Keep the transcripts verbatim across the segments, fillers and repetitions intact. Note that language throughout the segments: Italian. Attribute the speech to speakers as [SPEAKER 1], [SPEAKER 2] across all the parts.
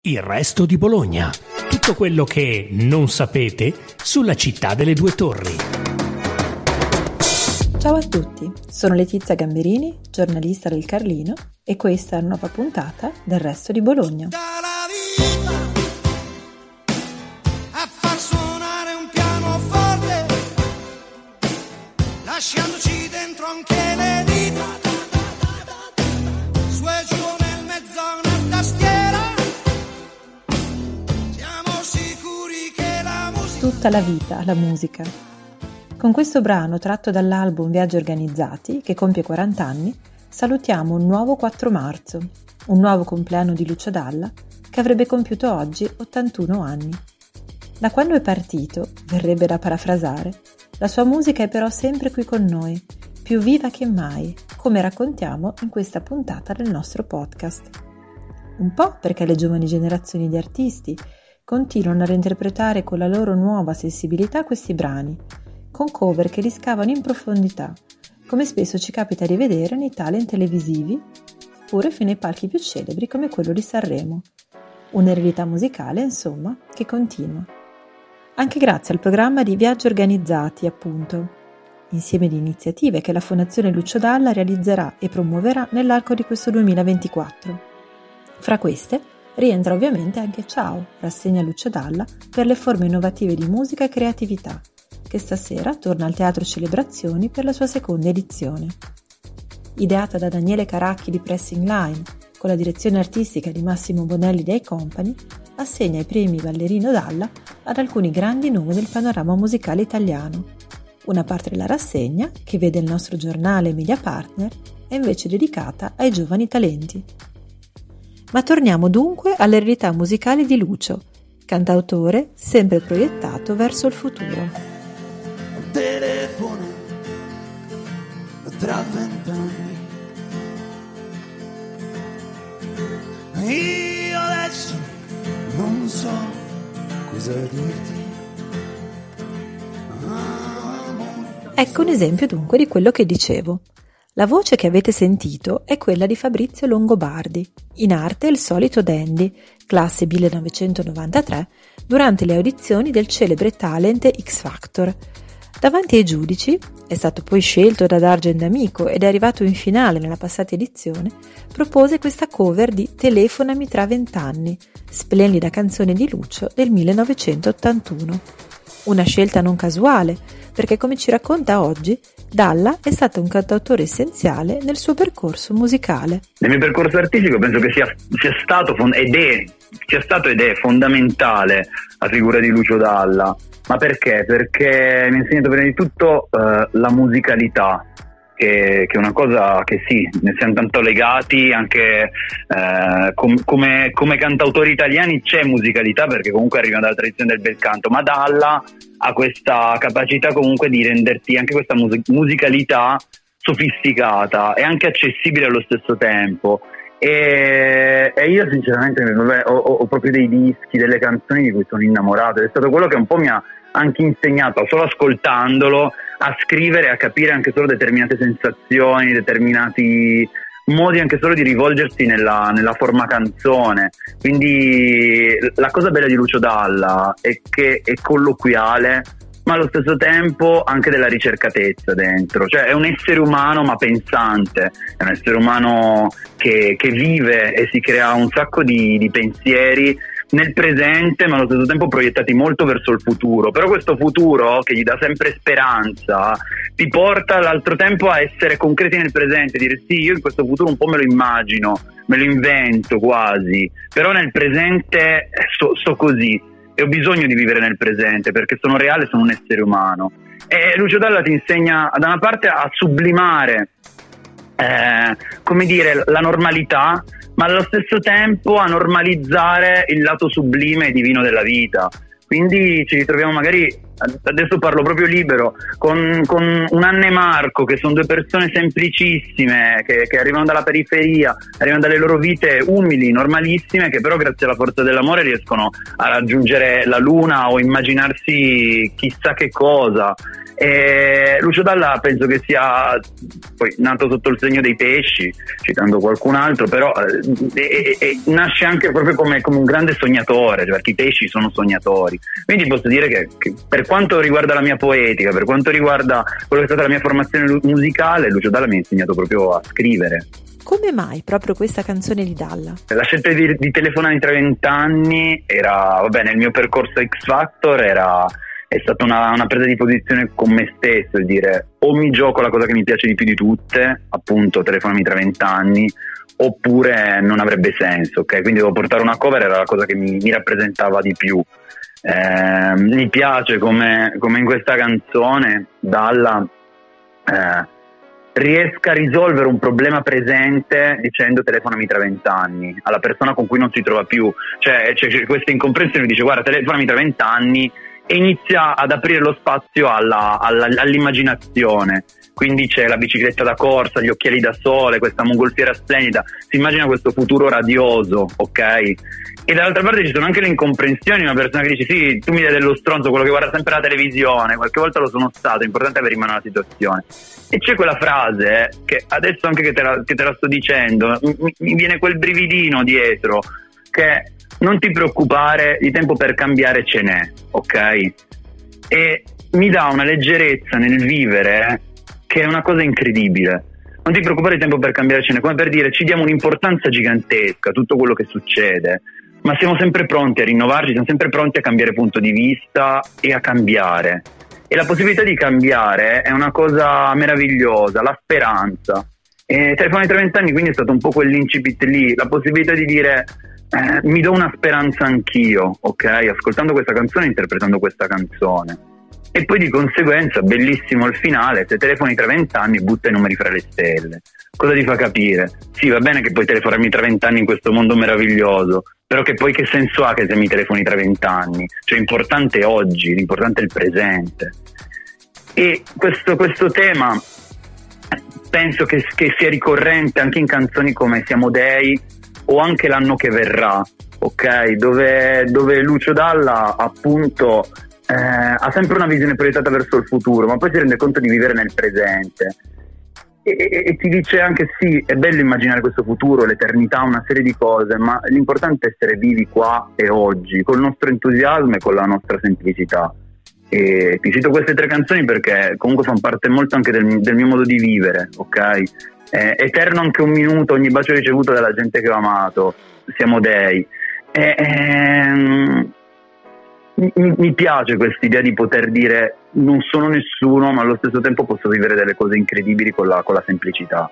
[SPEAKER 1] Il resto di Bologna. Tutto quello che non sapete sulla città delle due torri.
[SPEAKER 2] Ciao a tutti, sono Letizia Gamberini, giornalista del Carlino, e questa è una nuova puntata del Resto di Bologna.
[SPEAKER 3] A far suonare un pianoforte, lasciandoci dentro anche le dita, su e giù nel mezzo una tastiera, siamo sicuri che la musica...
[SPEAKER 2] Tutta la vita, la musica. Con questo brano tratto dall'album Viaggi Organizzati, che compie quaranta anni, salutiamo un nuovo quattro marzo, un nuovo compleanno di Lucio Dalla, che avrebbe compiuto oggi ottantuno anni. Da quando è partito, verrebbe da parafrasare, la sua musica è però sempre qui con noi, più viva che mai, come raccontiamo in questa puntata del nostro podcast. Un po' perché le giovani generazioni di artisti continuano a reinterpretare con la loro nuova sensibilità questi brani, con cover che li scavano in profondità, come spesso ci capita di vedere nei talent televisivi, oppure fino ai palchi più celebri come quello di Sanremo. Un'eredità musicale, insomma, che continua. Anche grazie al programma di Viaggi Organizzati, appunto, insieme di iniziative che la Fondazione Lucio Dalla realizzerà e promuoverà nell'arco di questo duemilaventiquattro. Fra queste rientra ovviamente anche Ciao, rassegna Lucio Dalla per le forme innovative di musica e creatività, che stasera torna al Teatro Celebrazioni per la sua seconda edizione. Ideata da Daniele Caracchi di Pressing Line, con la direzione artistica di Massimo Bonelli dei Company, assegna i premi Ballerino Dalla ad alcuni grandi nomi del panorama musicale italiano. Una parte della rassegna, che vede il nostro giornale Media Partner, è invece dedicata ai giovani talenti. Ma torniamo dunque all'eredità musicale di Lucio, cantautore sempre proiettato verso il futuro.
[SPEAKER 3] Telefono tra vent'anni, io adesso non so cosa dirti.
[SPEAKER 2] Ecco un esempio dunque di quello che dicevo. La voce che avete sentito è quella di Fabrizio Longobardi, in arte il solito dandy, classe millenovecentonovantatré, durante le audizioni del celebre talent X Factor. Davanti ai giudici, è stato poi scelto da Dargen D'Amico ed è arrivato in finale nella passata edizione, propose questa cover di Telefonami tra vent'anni, splendida canzone di Lucio del millenovecentottantuno. Una scelta non casuale, perché come ci racconta oggi, Dalla è stato un cantautore essenziale nel suo percorso musicale.
[SPEAKER 4] Nel mio percorso artistico penso che sia, sia stato ed è, sia stato ed è fondamentale la figura di Lucio Dalla. Ma perché? Perché mi ha insegnato prima di tutto uh, la musicalità, che, che è una cosa che sì, ne siamo tanto legati, anche uh, com- come, come cantautori italiani c'è musicalità, perché comunque arriva dalla tradizione del bel canto, ma Dalla ha questa capacità comunque di renderti anche questa mus- musicalità sofisticata e anche accessibile allo stesso tempo. E, e io sinceramente vabbè, ho, ho proprio dei dischi, delle canzoni di cui sono innamorato, è stato quello che un po' mi ha anche insegnato, solo ascoltandolo, a scrivere, a capire anche solo determinate sensazioni, determinati modi anche solo di rivolgersi nella, nella forma canzone. Quindi la cosa bella di Lucio Dalla è che è colloquiale, ma allo stesso tempo anche della ricercatezza dentro, cioè è un essere umano ma pensante, è un essere umano che, che vive e si crea un sacco di, di pensieri nel presente, ma allo stesso tempo proiettati molto verso il futuro. Però questo futuro, che gli dà sempre speranza, ti porta all'altro tempo a essere concreti nel presente, dire sì, io in questo futuro un po' me lo immagino, me lo invento quasi, però nel presente sto, sto così e ho bisogno di vivere nel presente perché sono reale, sono un essere umano. E Lucio Dalla ti insegna da una parte a sublimare eh, come dire la normalità, ma allo stesso tempo a normalizzare il lato sublime e divino della vita. Quindi ci ritroviamo magari adesso parlo proprio libero, con, con un Anna e Marco, che sono due persone semplicissime, che, che arrivano dalla periferia, arrivano dalle loro vite umili, normalissime, che però grazie alla forza dell'amore riescono a raggiungere la luna o immaginarsi chissà che cosa. E Lucio Dalla penso che sia poi nato sotto il segno dei pesci, citando qualcun altro, però eh, e, e, nasce anche proprio come, come un grande sognatore, cioè, perché i pesci sono sognatori. Quindi posso dire che, che per quanto riguarda la mia poetica, per quanto riguarda quello che è stata la mia formazione musicale, Lucio Dalla mi ha insegnato proprio a scrivere.
[SPEAKER 2] Come mai proprio questa canzone di Dalla?
[SPEAKER 4] La scelta di, di telefonare tra vent'anni era, vabbè, nel mio percorso X Factor era è stata una, una presa di posizione con me stesso, e dire o mi gioco la cosa che mi piace di più di tutte, appunto telefonami tra vent'anni, oppure non avrebbe senso, ok? Quindi devo portare una cover, era la cosa che mi, mi rappresentava di più. Eh, mi piace come, come in questa canzone Dalla eh, riesca a risolvere un problema presente dicendo telefonami tra vent'anni alla persona con cui non si trova più, cioè c'è, c'è questa incomprensione, dice guarda telefonami tra vent'anni, e inizia ad aprire lo spazio alla, alla, all'immaginazione. Quindi c'è la bicicletta da corsa, gli occhiali da sole, questa mongolfiera splendida, si immagina questo futuro radioso, ok? E dall'altra parte ci sono anche le incomprensioni, una persona che dice sì, tu mi dai dello stronzo, quello che guarda sempre la televisione, qualche volta lo sono stato, è importante avere in mano la situazione. E c'è quella frase eh, che adesso anche che te la, che te la sto dicendo, mi, mi viene quel brividino dietro, che non ti preoccupare, di tempo per cambiare ce n'è, ok? E mi dà una leggerezza nel vivere che è una cosa incredibile. Non ti preoccupare, di tempo per cambiare ce n'è, come per dire ci diamo un'importanza gigantesca a tutto quello che succede, ma siamo sempre pronti a rinnovarci, siamo sempre pronti a cambiare punto di vista e a cambiare. E la possibilità di cambiare è una cosa meravigliosa, la speranza. E Telefonare tra vent'anni quindi è stato un po' quell'incipit lì, la possibilità di dire Eh, mi do una speranza anch'io, ok? Ascoltando questa canzone, interpretando questa canzone. E poi di conseguenza, bellissimo il finale, se telefoni tra vent'anni butta i numeri fra le stelle. Cosa ti fa capire? Sì, va bene che puoi telefonarmi tra vent'anni in questo mondo meraviglioso, però che poi che senso ha che se mi telefoni tra vent'anni? Cioè l'importante è oggi, l'importante è il presente. E questo, questo tema penso che, che sia ricorrente anche in canzoni come Siamo Dei o anche L'anno che verrà, ok? Dove, dove Lucio Dalla appunto eh, ha sempre una visione proiettata verso il futuro, ma poi si rende conto di vivere nel presente e, e, e ti dice anche sì, è bello immaginare questo futuro, l'eternità, una serie di cose, ma l'importante è essere vivi qua e oggi, col nostro entusiasmo e con la nostra semplicità. E ti cito queste tre canzoni perché comunque fanno parte molto anche del, del mio modo di vivere, ok? Eh, eterno anche un minuto, ogni bacio ricevuto dalla gente che ho amato, Siamo Dei. Eh, ehm, mi, mi piace questa idea di poter dire non sono nessuno, ma allo stesso tempo posso vivere delle cose incredibili con la, con la semplicità.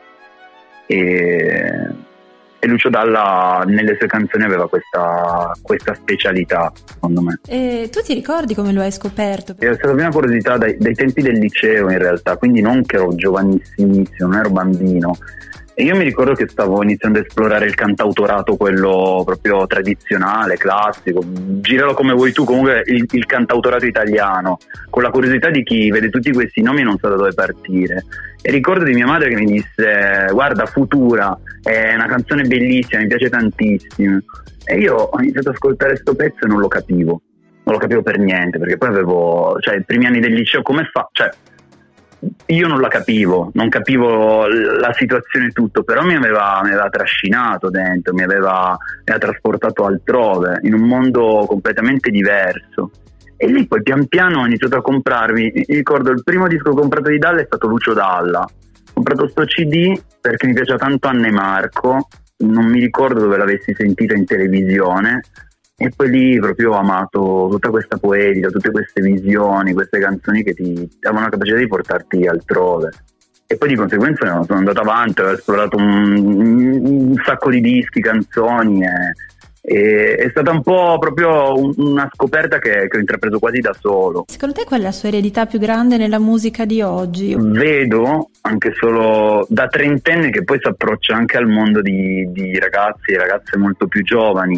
[SPEAKER 4] E, e Lucio Dalla nelle sue canzoni aveva questa, questa specialità, secondo me.
[SPEAKER 2] E tu ti ricordi come lo hai scoperto?
[SPEAKER 4] È stata una curiosità dai, dai tempi del liceo in realtà, quindi non che ero giovanissimissimo, non ero bambino. E io mi ricordo che stavo iniziando a esplorare il cantautorato, quello proprio tradizionale, classico, giralo come vuoi tu, comunque il, il cantautorato italiano, con la curiosità di chi vede tutti questi nomi e non sa da dove partire. E ricordo di mia madre che mi disse guarda Futura, è una canzone bellissima, mi piace tantissimo. E io ho iniziato ad ascoltare sto pezzo e non lo capivo, non lo capivo per niente, perché poi avevo, cioè i primi anni del liceo, come fa, cioè io non la capivo, non capivo la situazione e tutto, però mi aveva, mi aveva trascinato dentro, mi aveva, mi aveva trasportato altrove, in un mondo completamente diverso. E lì poi pian piano ho iniziato a comprarmi, mi ricordo il primo disco comprato di Dalla è stato Lucio Dalla. Ho comprato sto C D perché mi piaceva tanto Anna e Marco, non mi ricordo dove l'avessi sentita in televisione, e poi lì proprio ho amato tutta questa poetica, tutte queste visioni, queste canzoni che ti avevano la capacità di portarti altrove. E poi di conseguenza sono andato avanti, ho esplorato un, un sacco di dischi, canzoni, e, e è stata un po' proprio un, una scoperta che, che ho intrapreso quasi da solo.
[SPEAKER 2] Secondo te qual è la sua eredità più grande nella musica di oggi?
[SPEAKER 4] Vedo anche solo da trentenne che poi si approccia anche al mondo di, di ragazzi e ragazze molto più giovani,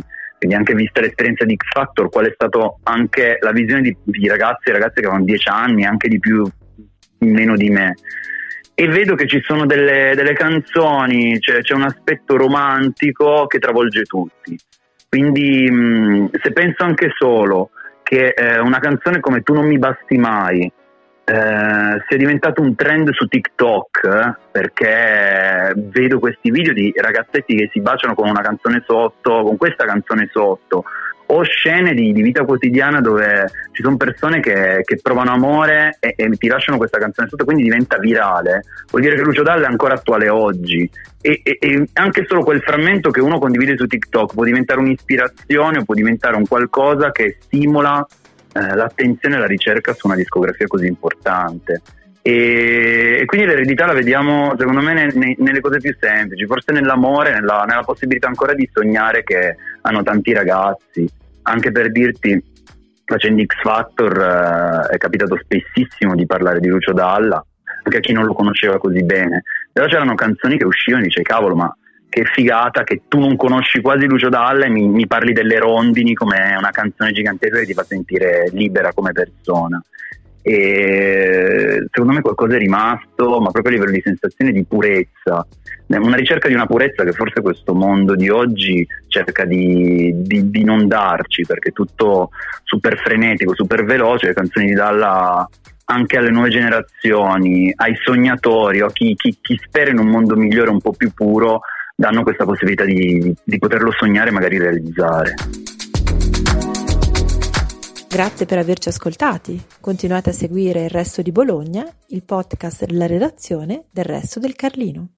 [SPEAKER 4] quindi anche vista l'esperienza di X Factor, qual è stato anche la visione di, di ragazzi e ragazze che avevano dieci anni, anche di più, meno di me, e vedo che ci sono delle, delle canzoni, cioè, c'è un aspetto romantico che travolge tutti, quindi mh, se penso anche solo che eh, una canzone come Tu non mi basti mai Eh, sia diventato un trend su TikTok, eh, perché vedo questi video di ragazzetti che si baciano con una canzone sotto, con questa canzone sotto, o scene di, di vita quotidiana dove ci sono persone che, che provano amore e, e ti lasciano questa canzone sotto, quindi diventa virale. Vuol dire che Lucio Dalla è ancora attuale oggi, e, e, e anche solo quel frammento che uno condivide su TikTok può diventare un'ispirazione o può diventare un qualcosa che stimola Eh, l'attenzione e la ricerca su una discografia così importante, e, e quindi l'eredità la vediamo secondo me ne, ne, nelle cose più semplici, forse nell'amore, nella, nella possibilità ancora di sognare che hanno tanti ragazzi. Anche per dirti, facendo X Factor eh, è capitato spessissimo di parlare di Lucio Dalla anche a chi non lo conosceva così bene, però c'erano canzoni che uscivano e dice cavolo, ma che figata che tu non conosci quasi Lucio Dalla e mi, mi parli delle rondini come una canzone gigantesca che ti fa sentire libera come persona. E secondo me qualcosa è rimasto, ma proprio a livello di sensazione di purezza, una ricerca di una purezza che forse questo mondo di oggi cerca di, di, di non darci, perché è tutto super frenetico, super veloce. Le canzoni di Dalla anche alle nuove generazioni, ai sognatori o a chi, chi, chi spera in un mondo migliore, un po' più puro, danno questa possibilità di, di poterlo sognare e magari realizzare.
[SPEAKER 2] Grazie per averci ascoltati. Continuate a seguire Il Resto di Bologna, il podcast della redazione del Resto del Carlino.